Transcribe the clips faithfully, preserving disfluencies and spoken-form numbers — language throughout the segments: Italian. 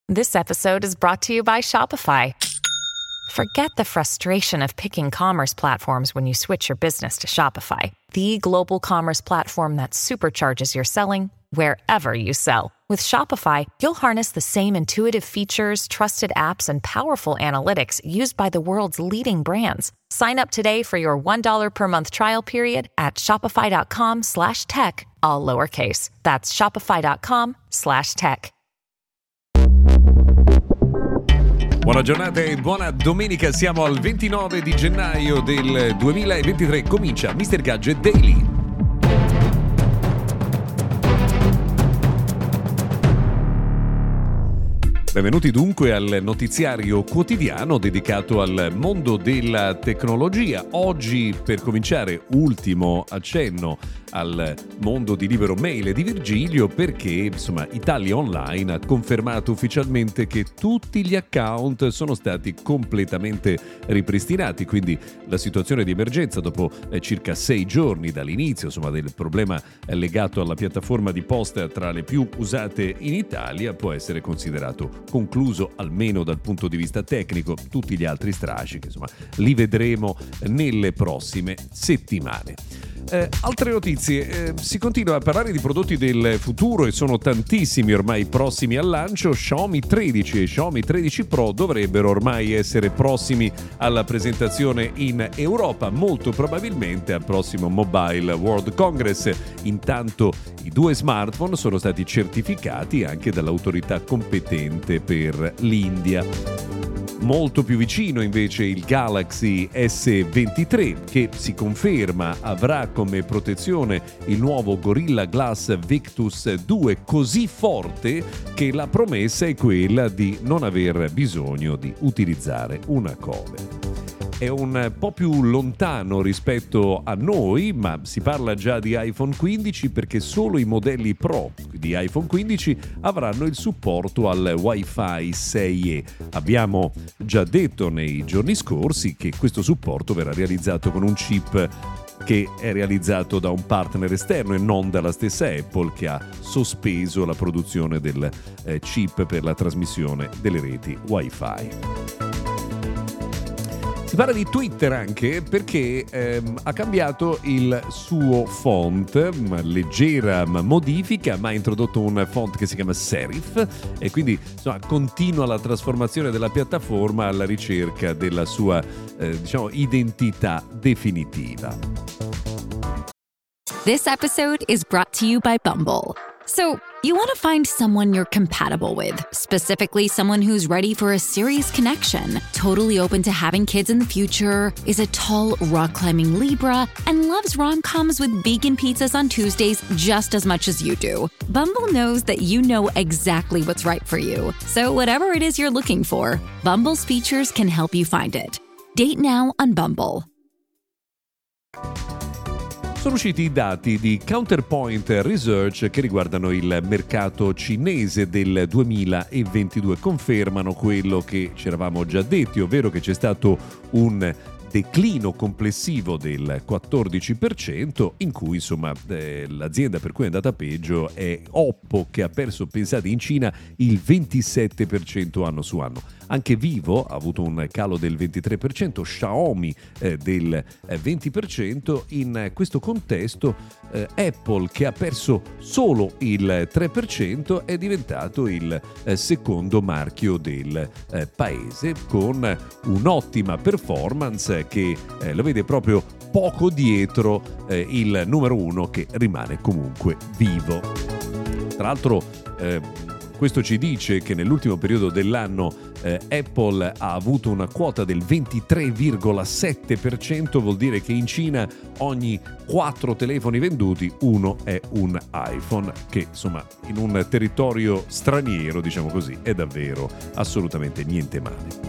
This episode is brought to you by Shopify. Forget the frustration of picking commerce platforms when you switch your business to Shopify, the global commerce platform that supercharges your selling wherever you sell. With Shopify, you'll harness the same intuitive features, trusted apps, and powerful analytics used by the world's leading brands. Sign up today for your one dollar per month trial period at shopify.com slash tech, all lowercase. That's shopify.com slash tech. Buona giornata e buona domenica, siamo al ventinove di gennaio del duemilaventitré, comincia mister Gadget Daily. Benvenuti dunque al notiziario quotidiano dedicato al mondo della tecnologia. Oggi, per cominciare, ultimo accenno al mondo di Libero Mail e di Virgilio, perché insomma Italia Online ha confermato ufficialmente che tutti gli account sono stati completamente ripristinati, quindi la situazione di emergenza dopo eh, circa sei giorni dall'inizio insomma del problema eh, legato alla piattaforma di posta tra le più usate in Italia può essere considerato concluso, almeno dal punto di vista tecnico. Tutti gli altri strascichi insomma li vedremo nelle prossime settimane. Eh, altre notizie, eh, si continua a parlare di prodotti del futuro e sono tantissimi ormai prossimi al lancio. Xiaomi tredici e Xiaomi tredici Pro dovrebbero ormai essere prossimi alla presentazione in Europa, molto probabilmente al prossimo Mobile World Congress. Intanto i due smartphone sono stati certificati anche dall'autorità competente per l'India. Molto più vicino invece il Galaxy S ventitré, che si conferma avrà come protezione il nuovo Gorilla Glass Victus due, così forte che la promessa è quella di non aver bisogno di utilizzare una cover. È un po' più lontano rispetto a noi, ma si parla già di iPhone quindici perché solo i modelli Pro di iPhone quindici avranno il supporto al Wi-Fi sei E. Abbiamo già detto nei giorni scorsi che questo supporto verrà realizzato con un chip che è realizzato da un partner esterno e non dalla stessa Apple, che ha sospeso la produzione del eh, chip per la trasmissione delle reti Wi-Fi. Si parla di Twitter anche perché ehm, ha cambiato il suo font, una leggera modifica, ma ha introdotto un font che si chiama Serif e quindi insomma, continua la trasformazione della piattaforma alla ricerca della sua eh, diciamo, identità definitiva. This episode is brought to you by Bumble. So, you want to find someone you're compatible with, specifically someone who's ready for a serious connection, totally open to having kids in the future, is a tall, rock-climbing Libra, and loves rom-coms with vegan pizzas on Tuesdays just as much as you do. Bumble knows that you know exactly what's right for you. So whatever it is you're looking for, Bumble's features can help you find it. Date now on Bumble. Sono usciti i dati di Counterpoint Research che riguardano il mercato cinese del duemilaventidue. Confermano quello che ci eravamo già detti, ovvero che c'è stato un declino complessivo del quattordici per cento, in cui insomma eh, l'azienda per cui è andata peggio è Oppo, che ha perso, pensate, in Cina il ventisette per cento anno su anno. Anche Vivo ha avuto un calo del ventitré per cento, Xiaomi eh, del eh, venti per cento. In eh, questo contesto eh, Apple, che ha perso solo il tre per cento, è diventato il eh, secondo marchio del eh, paese, con un'ottima performance che eh, lo vede proprio poco dietro eh, il numero uno, che rimane comunque Vivo. Tra l'altro eh, questo ci dice che nell'ultimo periodo dell'anno eh, Apple ha avuto una quota del ventitré virgola sette per cento, vuol dire che in Cina ogni quattro telefoni venduti uno è un iPhone, che insomma in un territorio straniero, diciamo così, è davvero assolutamente niente male.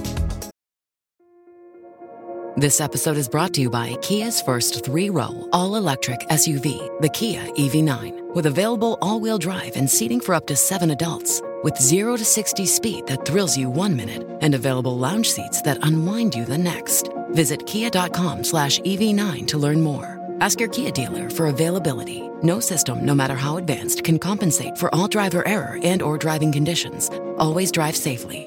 This episode is brought to you by Kia's first three-row, all-electric S U V, the Kia E V nine. With available all-wheel drive and seating for up to seven adults. With zero to sixty speed that thrills you one minute and available lounge seats that unwind you the next. Visit kia.com slash EV9 to learn more. Ask your Kia dealer for availability. No system, no matter how advanced, can compensate for all driver error and or driving conditions. Always drive safely.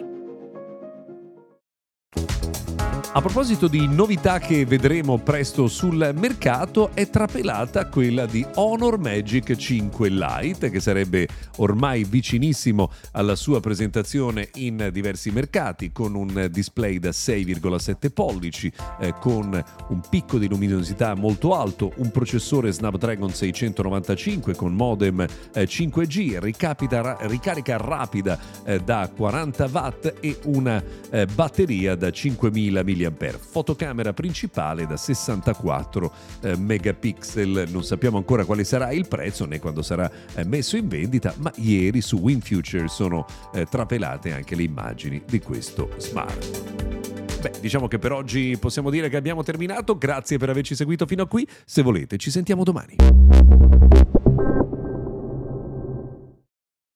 A proposito di novità che vedremo presto sul mercato, è trapelata quella di Honor Magic cinque Lite, che sarebbe ormai vicinissimo alla sua presentazione in diversi mercati, con un display da sei virgola sette pollici, eh, con un picco di luminosità molto alto, un processore Snapdragon seicentonovantacinque con modem eh, cinque G, ricapita, ricarica rapida eh, da quaranta watt e una eh, batteria da cinquemila milliampere. Fotocamera principale da sessantaquattro eh, megapixel. Non sappiamo ancora quale sarà il prezzo né quando sarà eh, messo in vendita, ma ieri su WinFuture sono eh, trapelate anche le immagini di questo smartphone. Beh, diciamo che per oggi possiamo dire che abbiamo terminato. Grazie per averci seguito fino a qui. Se volete, ci sentiamo domani.